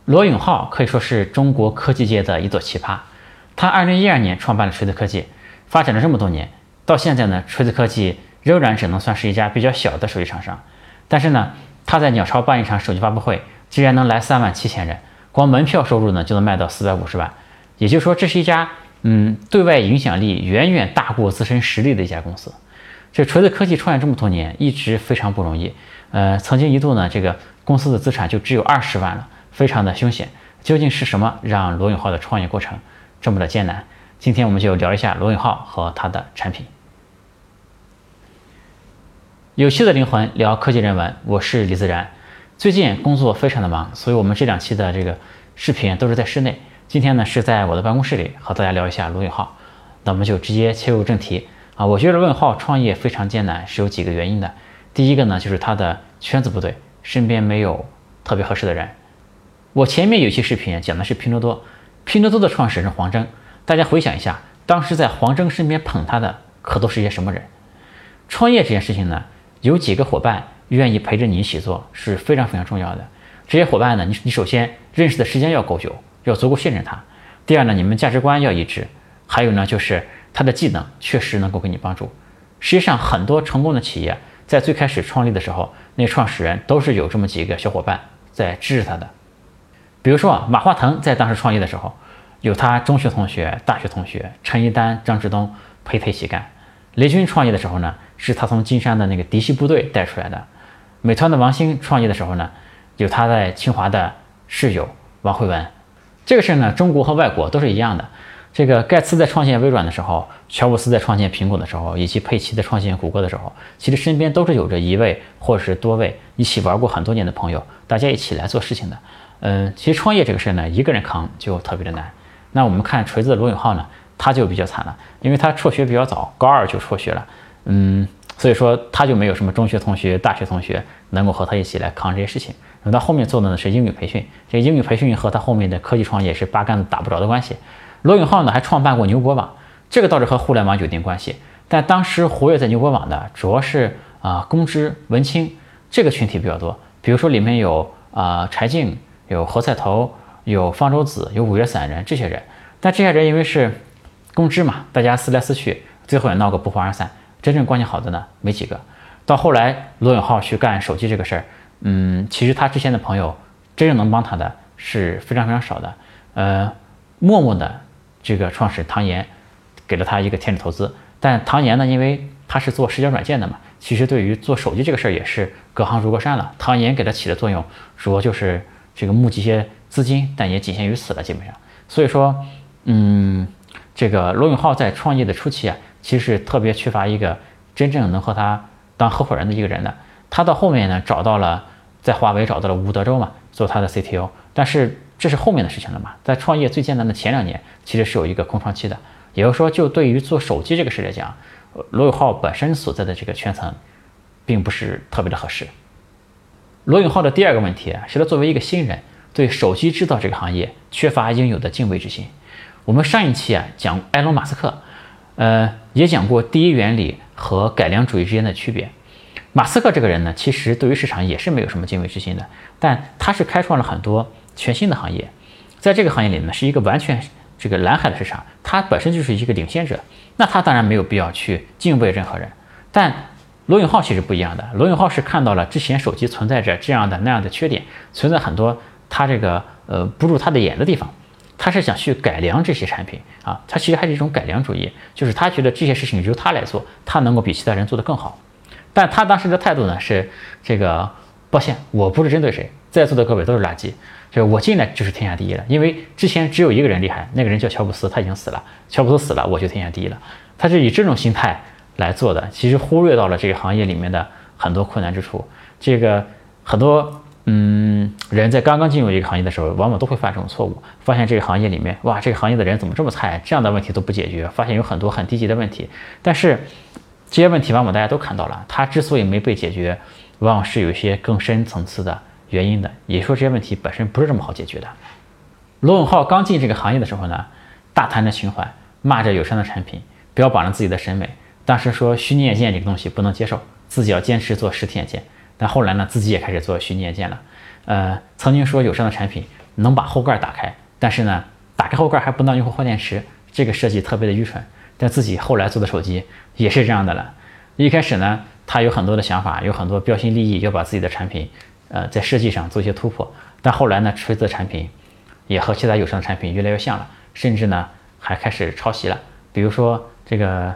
罗永浩可以说是中国科技界的一座奇葩。他2012年创办了锤子科技，发展了这么多年，到现在呢，锤子科技仍然只能算是一家比较小的手机厂商。但是呢，他在鸟巢办一场手机发布会，竟然能来37000人，光门票收入呢就能卖到450万。也就是说，这是一家对外影响力远远大过自身实力的一家公司。这锤子科技创业这么多年，一直非常不容易。曾经一度呢，这个公司的资产就只有20万了，非常的凶险。究竟是什么让罗永浩的创业过程这么的艰难？今天我们就聊一下罗永浩和他的产品。有趣的灵魂聊科技人文，我是李自然。最近工作非常的忙，所以我们这2期的这个视频都是在室内。今天呢是在我的办公室里和大家聊一下罗永浩。那我们就直接切入正题啊。我觉得罗永浩创业非常艰难，是有几个原因的。第一个呢，就是他的圈子不对，身边没有特别合适的人。我前面有期视频讲的是拼多多，拼多多的创始人黄峥，大家回想一下，当时在黄峥身边捧他的可都是一些什么人？创业这件事情呢，有几个伙伴愿意陪着你一起做是非常非常重要的。这些伙伴呢，你首先认识的时间要够久，要足够信任他。第二呢，你们价值观要一致。还有呢，就是他的技能确实能够给你帮助。实际上，很多成功的企业在最开始创立的时候，那创始人都是有这么几个小伙伴在支持他的。比如说马化腾在当时创业的时候，有他中学同学、大学同学陈一丹、张志东陪他一起干。雷军创业的时候呢，是他从金山的那个嫡系部队带出来的。美团的王兴创业的时候呢，有他在清华的室友王慧文。这个事呢，中国和外国都是一样的。这个盖茨在创建微软的时候，乔布斯在创建苹果的时候，以及佩奇在创建谷歌的时候，其实身边都是有着一位或者是多位一起玩过很多年的朋友，大家一起来做事情的。其实创业这个事呢，一个人扛就特别的难。那我们看锤子的罗永浩呢，他就比较惨了，因为他辍学比较早，高2就辍学了。所以说他就没有什么中学同学、大学同学能够和他一起来扛这些事情。他后面做的呢是英语培训，这个英语培训和他后面的科技创业是八竿子打不着的关系。罗永浩呢还创办过牛博网，这个倒是和互联网有一定关系，但当时活跃在牛博网的主要是公知文青这个群体比较多。比如说里面有柴静、有何菜头、有方舟子、有五岳散人这些人。但这些人因为是公知嘛，大家撕来撕去，最后也闹个不欢而散。真正关系好的呢没几个。到后来罗永浩去干手机这个事儿，其实他之前的朋友真正能帮他的是非常非常少的。陌陌的这个创始人唐岩给了他一个天使投资，但唐岩呢，因为他是做社交软件的嘛，其实对于做手机这个事儿也是隔行如隔山了。唐岩给他起的作用主要就是这个募集一些资金，但也仅限于此了，基本上。所以说，这个罗永浩在创业的初期其实是特别缺乏一个真正能和他当合伙人的一个人的。他到后面呢，在华为找到了吴德州嘛，做他的 CTO， 但是这是后面的事情了嘛。在创业最艰难的前2年，其实是有一个空窗期的。也就是说，就对于做手机这个事来讲，罗永浩本身所在的这个圈层，并不是特别的合适。罗永浩的第2个问题是他作为一个新人，对手机制造这个行业缺乏应有的敬畏之心。我们上一期讲埃隆·马斯克，也讲过第一原理和改良主义之间的区别。马斯克这个人呢，其实对于市场也是没有什么敬畏之心的，但他是开创了很多全新的行业，在这个行业里呢，是一个完全这个蓝海的市场，他本身就是一个领先者，那他当然没有必要去敬畏任何人。但罗永浩其实不一样的，罗永浩是看到了之前手机存在着这样的那样的缺点，存在很多他这个不入他的眼的地方，他是想去改良这些产品他其实还是一种改良主义，就是他觉得这些事情由他来做，他能够比其他人做得更好。但他当时的态度呢是这个，抱歉，我不是针对谁，在座的各位都是垃圾，就我进来就是天下第一了。因为之前只有一个人厉害，那个人叫乔布斯，他已经死了，乔布斯死了，我就天下第一了。他是以这种心态来做的，其实忽略到了这个行业里面的很多困难之处。这个很多人在刚刚进入一个行业的时候，往往都会犯这种错误，发现这个行业里面，哇，这个行业的人怎么这么菜，这样的问题都不解决，发现有很多很低级的问题。但是这些问题往往大家都看到了，它之所以没被解决，往往是有一些更深层次的原因的，也就是说这些问题本身不是这么好解决的。罗永浩刚进这个行业的时候呢，大谈着情怀，骂着友商的产品，标榜了自己的审美。当时说虚拟眼镜这个东西不能接受，自己要坚持做实体眼镜。但后来呢，自己也开始做虚拟眼镜了。曾经说友商的产品能把后盖打开，但是呢，打开后盖还不能让用户换电池，这个设计特别的愚蠢。但自己后来做的手机也是这样的了。一开始呢，他有很多的想法，有很多标新立异，要把自己的产品，在设计上做一些突破。但后来呢，锤子的产品也和其他友商的产品越来越像了，甚至呢还开始抄袭了。比如说这个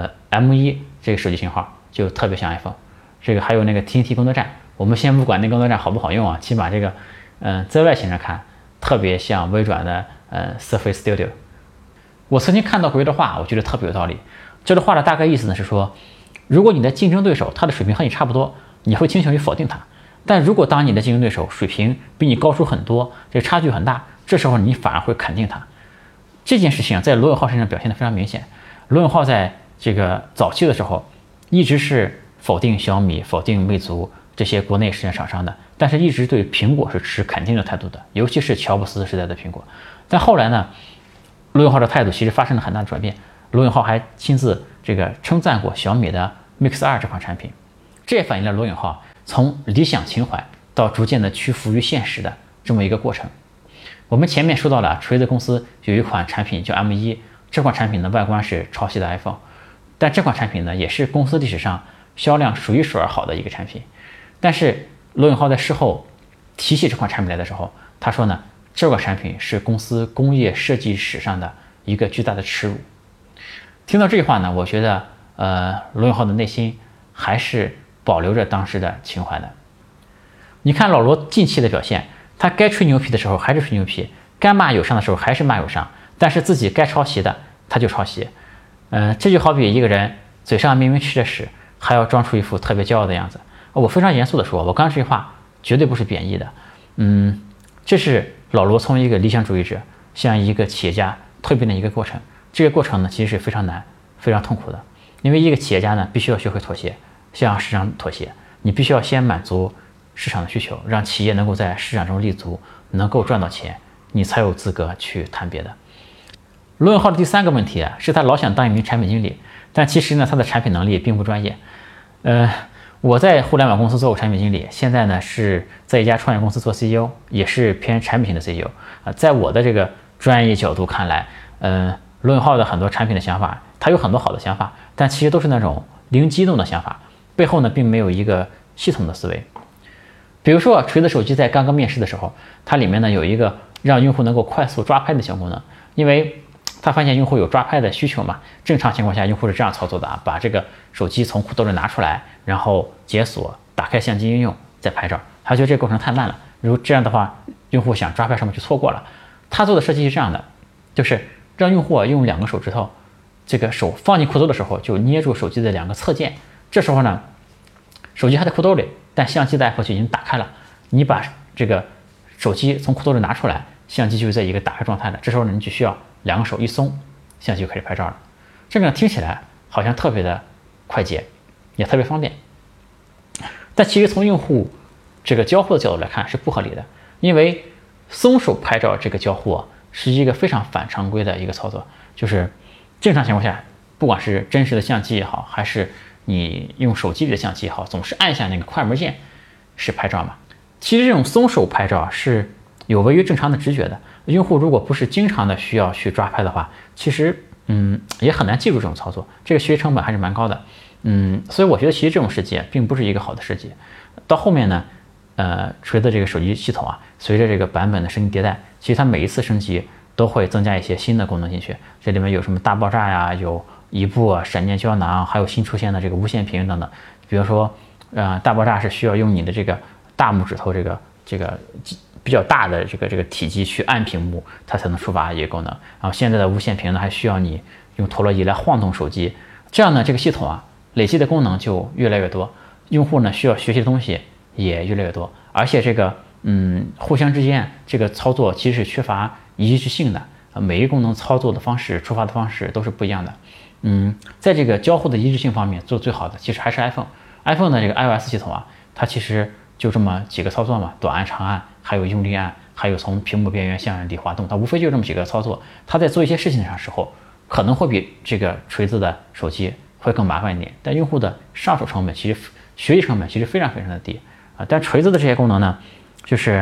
M1这个手机型号就特别像 iPhone， 这个还有那个 TNT 工作站，我们先不管那工作站好不好用啊，起码这个在外形上看特别像微软的Surface Studio。我曾经看到过一段话，我觉得特别有道理。这段话的大概意思呢是说，如果你的竞争对手他的水平和你差不多，你会倾向于否定他；但如果当你的竞争对手水平比你高出很多，这个差距很大，这时候你反而会肯定他。这件事情在罗永浩身上表现得非常明显。罗永浩在这个早期的时候，一直是否定小米、否定魅族这些国内实体厂商的，但是一直对苹果是持肯定的态度的，尤其是乔布斯时代的苹果。但后来呢，罗永浩的态度其实发生了很大的转变。罗永浩还亲自称赞过小米的 Mix 2这款产品，这也反映了罗永浩从理想情怀到逐渐的屈服于现实的这么一个过程。我们前面说到了锤子公司有一款产品叫 M1， 这款产品的外观是抄袭的 iPhone， 但这款产品呢也是公司历史上销量数一数二好的一个产品。但是罗永浩在事后提起这款产品来的时候，他说呢，这款产品是公司工业设计史上的一个巨大的耻辱。听到这句话呢，我觉得罗永浩的内心还是保留着当时的情怀的。你看老罗近期的表现，他该吹牛皮的时候还是吹牛皮，该骂友商的时候还是骂友商，但是自己该抄袭的他就抄袭。这就好比一个人嘴上明明吃着屎，还要装出一副特别骄傲的样子。我非常严肃的说，我刚刚这句话绝对不是贬义的。这是老罗从一个理想主义者向一个企业家蜕变的一个过程。这个过程呢，其实是非常难、非常痛苦的，因为一个企业家呢，必须要学会妥协，向市场妥协。你必须要先满足市场的需求，让企业能够在市场中立足，能够赚到钱，你才有资格去谈别的。罗永浩的第三个问题是他老想当一名产品经理，但其实呢，他的产品能力并不专业。我在互联网公司做过产品经理，现在呢是在一家创业公司做 CEO， 也是偏产品型的 CEO。在我的这个专业角度看来，罗永浩的很多产品的想法，他有很多好的想法，但其实都是那种零激动的想法，背后呢并没有一个系统的思维。比如说锤子手机在刚刚面世的时候，它里面呢有一个让用户能够快速抓拍的小功能，因为他发现用户有抓拍的需求嘛。正常情况下用户是这样操作的啊，把这个手机从裤兜里拿出来，然后解锁，打开相机应用再拍照。他觉得这个过程太慢了，如果这样的话用户想抓拍什么就错过了。他做的设计是这样的，就是让用户用2个手指头，这个手放进裤兜的时候就捏住手机的2个侧键，这时候呢手机还在裤兜里，但相机的 app 就已经打开了。你把这个手机从裤兜里拿出来，相机就在一个打开状态了。这时候呢你只需要2个手一松，相机就开始拍照了。这个呢听起来好像特别的快捷，也特别方便，但其实从用户这个交互的角度来看是不合理的，因为松手拍照这个交互是一个非常反常规的一个操作。就是正常情况下，不管是真实的相机也好，还是你用手机里的相机也好，总是按下那个快门键是拍照嘛。其实这种松手拍照是有违于正常的直觉的。用户如果不是经常的需要去抓拍的话，其实也很难记住这种操作，这个学习成本还是蛮高的。所以我觉得其实这种设计并不是一个好的设计。到后面呢，锤子这个手机系统啊，随着这个版本的升级迭代，其实它每一次升级都会增加一些新的功能进去。这里面有什么大爆炸呀，有移步啊、闪电胶囊，还有新出现的这个无线屏等等。比如说，大爆炸是需要用你的这个大拇指头这个比较大的这个体积去按屏幕，它才能触发一个功能。然后现在的无线屏呢，还需要你用陀螺仪来晃动手机，这样呢，这个系统啊累积的功能就越来越多，用户呢需要学习的东西也越来越多，而且这个互相之间这个操作其实是缺乏一致性的，每一个功能操作的方式、触发的方式都是不一样的。在这个交互的一致性方面做最好的其实还是 iPhone 的这个 iOS 系统啊，它其实就这么几个操作嘛，短按、长按，还有用力按，还有从屏幕边缘向里滑动，它无非就这么几个操作。它在做一些事情上时候，可能会比这个锤子的手机会更麻烦一点，但用户的上手成本其实学习成本其实非常非常的低啊。但锤子的这些功能呢，就是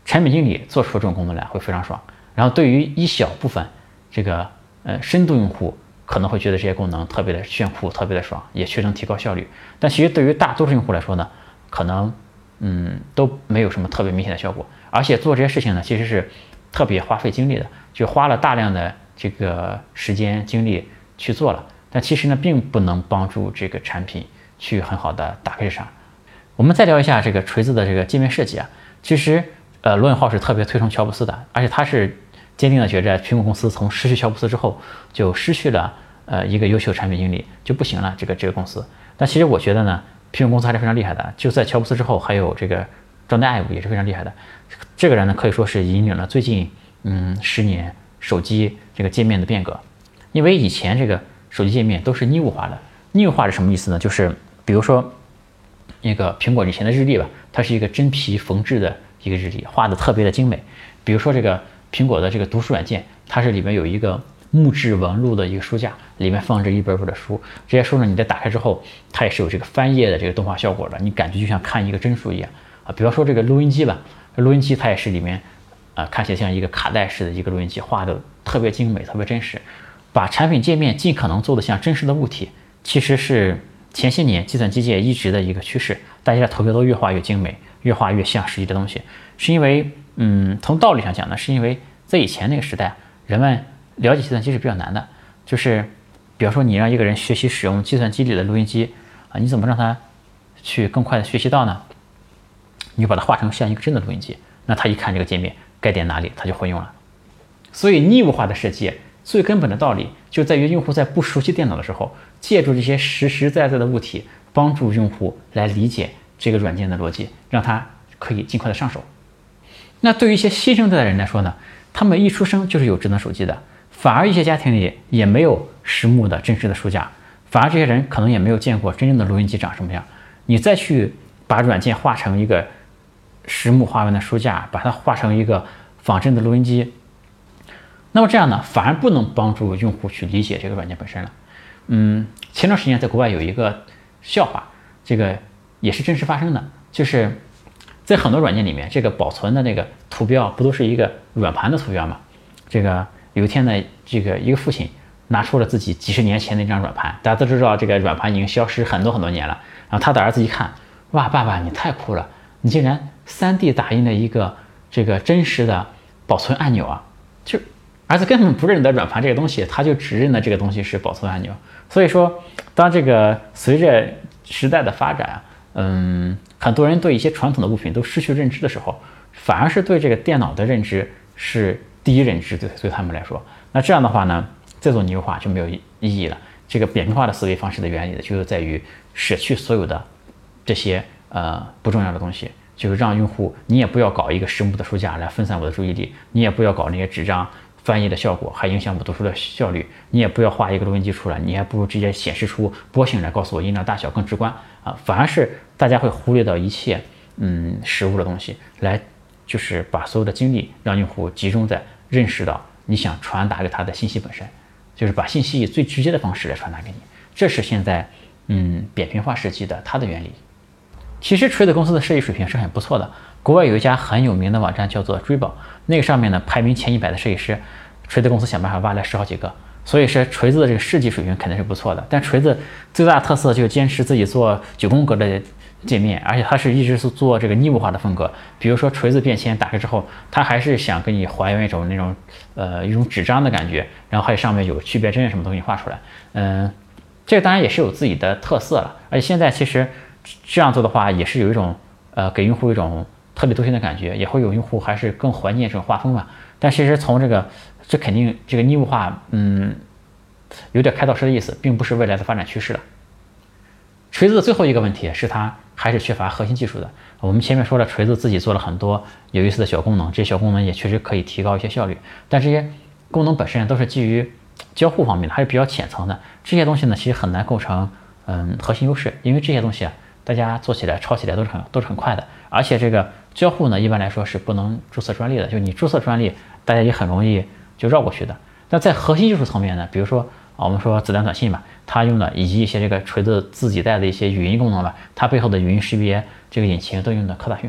产品经理做出这种功能来会非常爽。然后对于一小部分这个深度用户可能会觉得这些功能特别的炫酷，特别的爽，也确实能提高效率。但其实对于大多数用户来说呢，可能都没有什么特别明显的效果。而且做这些事情呢，其实是特别花费精力的，就花了大量的这个时间精力去做了。但其实呢，并不能帮助这个产品去很好的打开市场。我们再聊一下这个锤子的这个界面设计啊，其实罗永浩是特别推崇乔布斯的，而且他是坚定的觉着苹果公司从失去乔布斯之后，就失去了一个优秀产品经理，就不行了这个公司。但其实我觉得呢，苹果公司还是非常厉害的，就在乔布斯之后，还有这个庄代爱伍也是非常厉害的。这个人呢，可以说是引领了最近10年手机这个界面的变革。因为以前这个手机界面都是拟物化的，拟物化是什么意思呢？就是比如说那个苹果以前的日历吧，它是一个真皮缝制的一个日历，画的特别的精美。比如说这个苹果的这个读书软件，它是里面有一个木质纹路的一个书架，里面放着一本本的书。这些书呢，你在打开之后，它也是有这个翻页的这个动画效果的，你感觉就像看一个真书一样啊。比方说这个录音机吧，录音机它也是里面看起来像一个卡带式的一个录音机，画的特别精美，特别真实。把产品界面尽可能做得像真实的物体，其实是前些年计算机界一直的一个趋势。大家的头标都越画越精美，越画越像实际的东西，是因为从道理上讲呢，是因为在以前那个时代，人们了解计算机是比较难的。就是比方说你让一个人学习使用计算机里的录音机啊，你怎么让他去更快的学习到呢？你就把它画成像一个真的录音机，那他一看这个界面该点哪里，他就会用了。所以拟物化的设计最根本的道理就在于用户在不熟悉电脑的时候，借助这些实实在在的物体，帮助用户来理解这个软件的逻辑，让他可以尽快的上手。那对于一些新生代的人来说呢，他们一出生就是有智能手机的，反而一些家庭里也没有实木的真实的书架，反而这些人可能也没有见过真正的录音机长什么样。你再去把软件画成一个实木花纹的书架，把它画成一个仿真的录音机，那么这样呢，反而不能帮助用户去理解这个软件本身了。前段时间在国外有一个笑话，这个也是真实发生的，就是在很多软件里面，这个保存的那个图标不都是一个软盘的图标吗？这个有一天呢，这个一个父亲拿出了自己几十年前的那张软盘，大家都知道这个软盘已经消失很多很多年了。然后他的儿子一看，哇，爸爸你太酷了，你竟然3D 打印了一个这个真实的保存按钮啊！就儿子根本不认得软盘这个东西，他就只认得这个东西是保存按钮。所以说，当这个随着时代的发展，很多人对一些传统的物品都失去认知的时候，反而是对这个电脑的认知是第一认知，对他们来说。那这样的话呢，再做拟物化就没有意义了。这个扁平化的思维方式的原理呢，就是在于舍去所有的这些不重要的东西，就是让用户你也不要搞一个实木的书架来分散我的注意力，你也不要搞那些纸张翻译的效果，还影响我读书的效率。你也不要画一个录音机出来，你还不如直接显示出波形来告诉我音量大小更直观啊。反而是大家会忽略到一切实物的东西，来就是把所有的精力让用户集中在认识到你想传达给他的信息本身，就是把信息以最直接的方式来传达给你。这是现在扁平化设计的它的原理。其实锤子公司的设计水平是很不错的，国外有一家很有名的网站叫做追宝，那个上面呢排名前100的设计师，锤子公司想办法挖来10好几个，所以是锤子的这个设计水平肯定是不错的。但锤子最大的特色就是坚持自己做9宫格的界面，而且它是一直是做这个拟物化的风格。比如说锤子便签打开之后，它还是想给你还原一种那种一种纸张的感觉，然后还有上面有区别针什么东西画出来。这个当然也是有自己的特色了，而且现在其实这样做的话，也是有一种给用户一种特立独行的感觉，也会有用户还是更怀念这种画风嘛。但其实从这肯定这个拟物化，有点开倒车的意思，并不是未来的发展趋势了。锤子的最后一个问题是它还是缺乏核心技术的。我们前面说了，锤子自己做了很多有意思的小功能，这些小功能也确实可以提高一些效率，但这些功能本身都是基于交互方面的，还是比较浅层的。这些东西呢，其实很难构成核心优势，因为这些东西大家做起来抄起来都是很快的，而且这个交互呢，一般来说是不能注册专利的，就你注册专利，大家也很容易就绕过去的。那在核心技术层面呢，比如说我们说子弹短信吧，它用的以及一些这个锤子自己带的一些语音功能吧，它背后的语音识别这个引擎都用的科大讯飞的，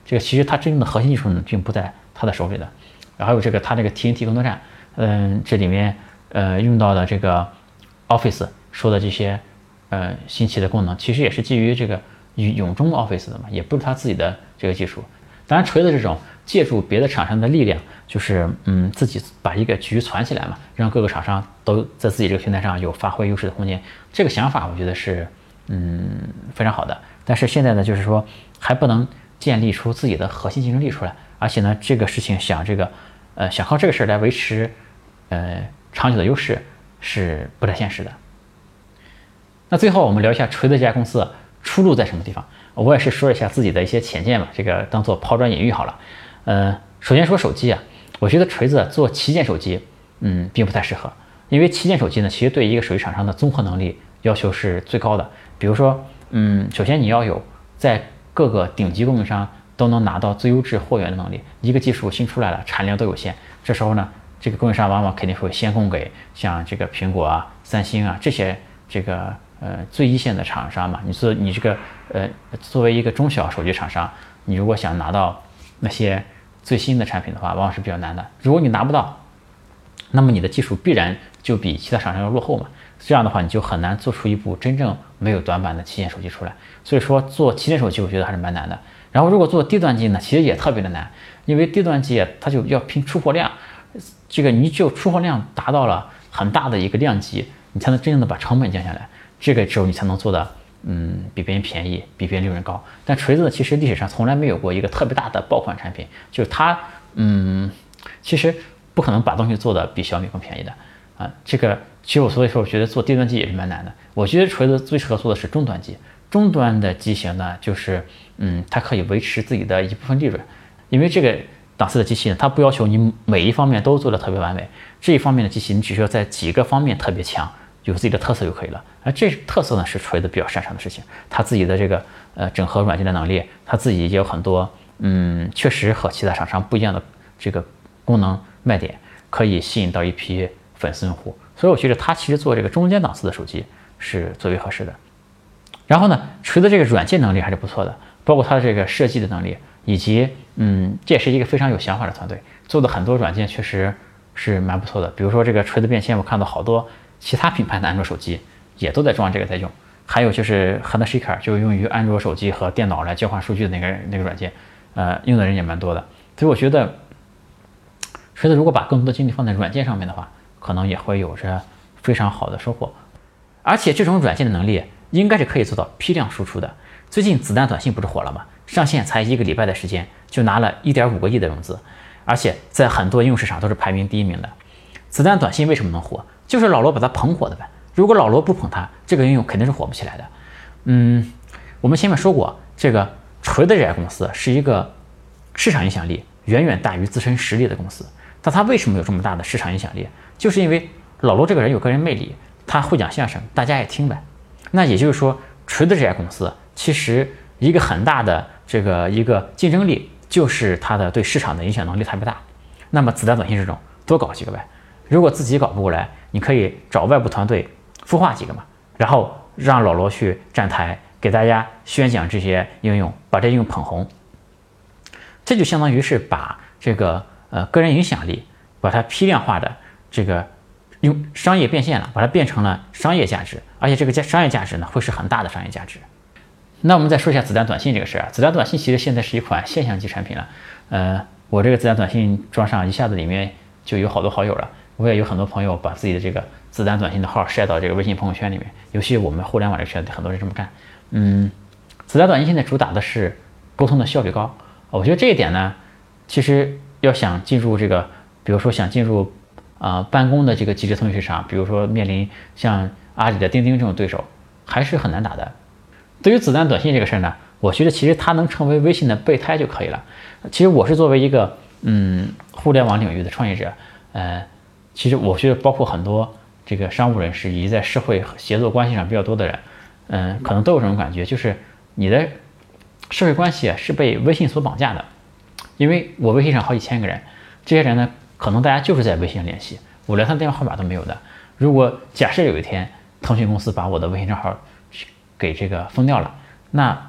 这个其实它真正的核心技术呢，并不在它的手里的。然后还有这个它这个 TNT 工作站，这里面用到的这个 Office 说的这些新奇的功能，其实也是基于这个永中 Office 的嘛，也不是它自己的这个技术。当然，锤子这种借助别的厂商的力量，就是自己把一个局攒起来嘛，让各个厂商都在自己这个平台上有发挥优势的空间。这个想法我觉得是非常好的。但是现在呢，就是说还不能建立出自己的核心竞争力出来，而且呢，这个事情想靠这个事儿来维持长久的优势是不太现实的。那最后我们聊一下锤子这家公司出路在什么地方。我也是说一下自己的一些浅见吧，这个当做抛砖引玉好了。首先说手机啊，我觉得锤子做旗舰手机，并不太适合，因为旗舰手机呢，其实对一个手机厂商的综合能力要求是最高的。比如说，首先你要有在各个顶级供应商都能拿到最优质货源的能力。一个技术新出来了，产量都有限，这时候呢，这个供应商往往肯定会先供给像这个苹果啊、三星啊这些这个最一线的厂商嘛。你这个作为一个中小手机厂商，你如果想拿到那些最新的产品的话，往往是比较难的。如果你拿不到，那么你的技术必然就比其他厂商要落后嘛。这样的话，你就很难做出一部真正没有短板的旗舰手机出来。所以说，做旗舰手机我觉得还是蛮难的。然后，如果做低端机呢，其实也特别的难，因为低端机它就要拼出货量，这个你只有出货量达到了很大的一个量级，你才能真正的把成本降下来。这个时候你才能做的比别人便宜，比别人利润高。但锤子呢，其实历史上从来没有过一个特别大的爆款产品，就是它其实不可能把东西做的比小米更便宜的啊。这个其实所以说我觉得做低端机也是蛮难的。我觉得锤子最适合做的是中端机，中端的机型呢，就是它可以维持自己的一部分利润，因为这个档次的机器呢，它不要求你每一方面都做得特别完美，这一方面的机器你只需要在几个方面特别强，有自己的特色就可以了。而这特色呢是锤子比较擅长的事情，它自己的这个整合软件的能力，它自己也有很多确实和其他厂商不一样的这个功能卖点，可以吸引到一批粉丝用户。所以我觉得它其实做这个中间档次的手机是最为合适的。然后呢，锤子这个软件能力还是不错的，包括它的这个设计的能力，以及这也是一个非常有想法的团队，做的很多软件确实是蛮不错的。比如说这个锤子便签，我看到好多其他品牌的安卓手机也都在装这个在用。还有就是 Handshake， 就是用于安卓手机和电脑来交换数据的那个软件，用的人也蛮多的。所以我觉得锤子如果把更多的精力放在软件上面的话，可能也会有着非常好的收获。而且这种软件的能力应该是可以做到批量输出的。最近子弹短信不是火了吗？上线才1个礼拜的时间就拿了1.5个亿的融资，而且在很多应用市场都是排名第1名的。子弹短信为什么能火？就是老罗把它捧火的呗。如果老罗不捧它，这个应用肯定是火不起来的。我们前面说过，这个锤子这家公司是一个市场影响力远远大于自身实力的公司。但它为什么有这么大的市场影响力？就是因为老罗这个人有个人魅力，他会讲相声，大家也听呗。那也就是说，锤子这家公司其实一个很大的一个竞争力，就是它的对市场的影响能力特别大。那么子弹短信这种多搞几个呗，如果自己搞不过来，你可以找外部团队孵化几个嘛，然后让老罗去站台给大家宣讲这些应用，把这应用捧红。这就相当于是把这个个人影响力，把它批量化的用商业变现了，把它变成了商业价值，而且这个商业价值呢，会是很大的商业价值。那我们再说一下子弹短信这个事儿啊，子弹短信其实现在是一款现象级产品了。我这个子弹短信装上，一下子里面就有好多好友了。我也有很多朋友把自己的这个子弹短信的号晒到这个微信朋友圈里面，尤其我们互联网这个圈子，很多人这么干。子弹短信现在主打的是沟通的效率高，我觉得这一点呢，其实要想进入比如说想进入办公的这个即时通讯市场，比如说面临像阿里的钉钉这种对手，还是很难打的。对于子弹短信这个事儿呢，我觉得其实它能成为微信的备胎就可以了。其实我是作为一个互联网领域的创业者，其实我觉得包括很多这个商务人士以及在社会协作关系上比较多的人，可能都有这种感觉，就是你的社会关系是被微信所绑架的。因为我微信上好几千个人，这些人呢，可能大家就是在微信上联系，我连他的电话号码都没有的。如果假设有一天腾讯公司把我的微信账号给封掉了，那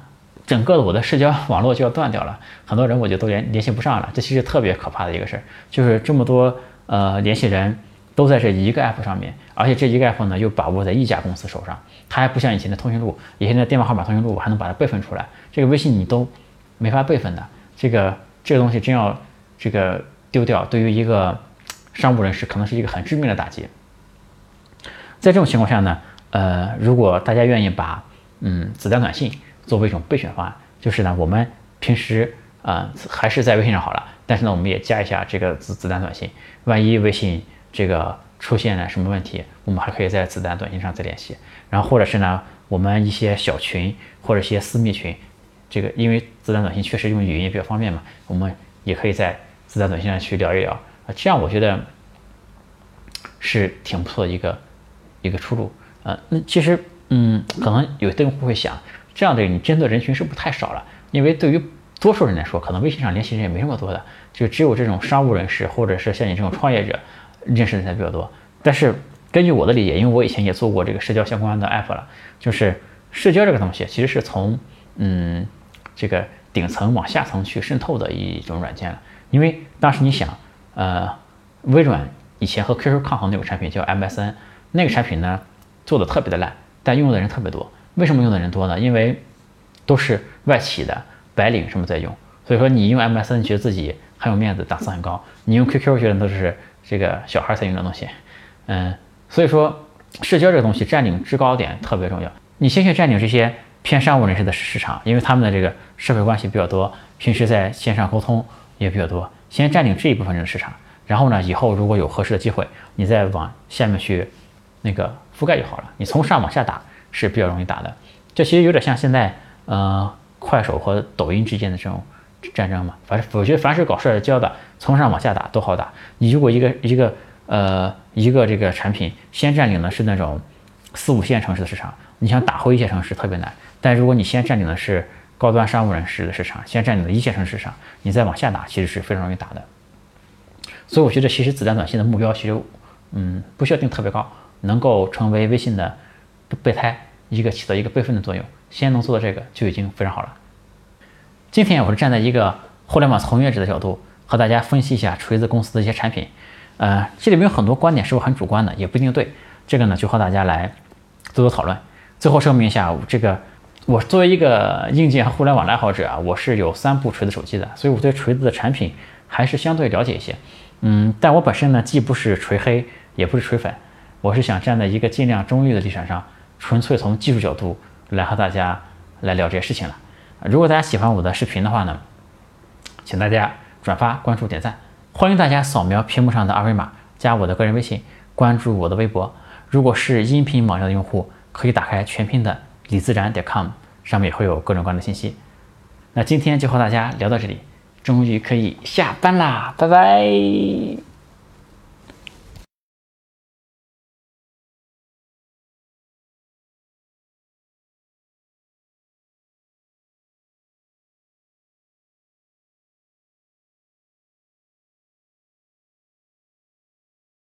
整个的我的社交网络就要断掉了，很多人我就都联系不上了，这其实特别可怕的一个事儿，就是这么多联系人都在这一个 app 上面，而且这一个 app 呢又把握在一家公司手上，它还不像以前的通讯录，以前的电话号码通讯录我还能把它备份出来，这个微信你都没法备份的，这个东西真要这个丢掉，对于一个商务人士可能是一个很致命的打击。在这种情况下呢，如果大家愿意把子弹短信作为一种备选方案，就是呢我们平时还是在微信上好了，但是呢我们也加一下这个子弹短信，万一微信这个出现了什么问题，我们还可以在子弹短信上再联系。然后或者是呢我们一些小群或者一些私密群，这个因为子弹短信确实用语音比较方便嘛，我们也可以在子弹短信上去聊一聊这样我觉得是挺不错的一个出路那其实可能有的用户会想，这样的你针对人群是不是太少了？因为对于多数人来说，可能微信上联系人也没这么多的，就只有这种商务人士或者是像你这种创业者认识的才比较多。但是根据我的理解，因为我以前也做过这个社交相关的 app 了，就是社交这个东西其实是从这个顶层往下层去渗透的一种软件了。因为当时你想微软以前和 QQ 抗衡那个产品叫 MSN， 那个产品呢做的特别的烂，但用的人特别多。为什么用的人多呢？因为都是外企的白领什么在用，所以说你用 MSN 觉得自己很有面子，档次很高；你用 QQ 觉得都是这个小孩才用的东西。所以说社交这个东西占领制高点特别重要。你先去占领这些偏商务人士的市场，因为他们的这个社会关系比较多，平时在线上沟通也比较多，先占领这一部分人的市场。然后呢，以后如果有合适的机会，你再往下面去那个覆盖就好了。你从上往下打是比较容易打的。这其实有点像现在快手和抖音之间的这种战争嘛。我觉得凡是搞社交的，从上往下打都好打。你如果一个这个产品先占领的是那种4、5线城市的市场，你想打回一线城市特别难。但如果你先占领的是高端商务人士的市场，先占领了一线城市市场，你再往下打其实是非常容易打的。所以我觉得其实子弹短信的目标其实不需要定特别高，能够成为微信的备胎，起到一个备份的作用，先能做到这个就已经非常好了。今天我是站在一个互联网从业者的角度和大家分析一下锤子公司的一些产品，这里面有很多观点是我很主观的，也不一定对，这个呢就和大家来多讨论。最后声明一下，我作为一个硬件和互联网的爱好者我是有3部锤子手机的，所以我对锤子的产品还是相对了解一些。但我本身呢既不是锤黑也不是锤粉，我是想站在一个尽量中立的立场上，纯粹从技术角度来和大家来聊这些事情了。如果大家喜欢我的视频的话呢，请大家转发、关注、点赞。欢迎大家扫描屏幕上的二维码，加我的个人微信，关注我的微博。如果是音频网站的用户，可以打开全拼的李自然.com， 上面也会有各种各样的信息。那今天就和大家聊到这里，终于可以下班啦，拜拜。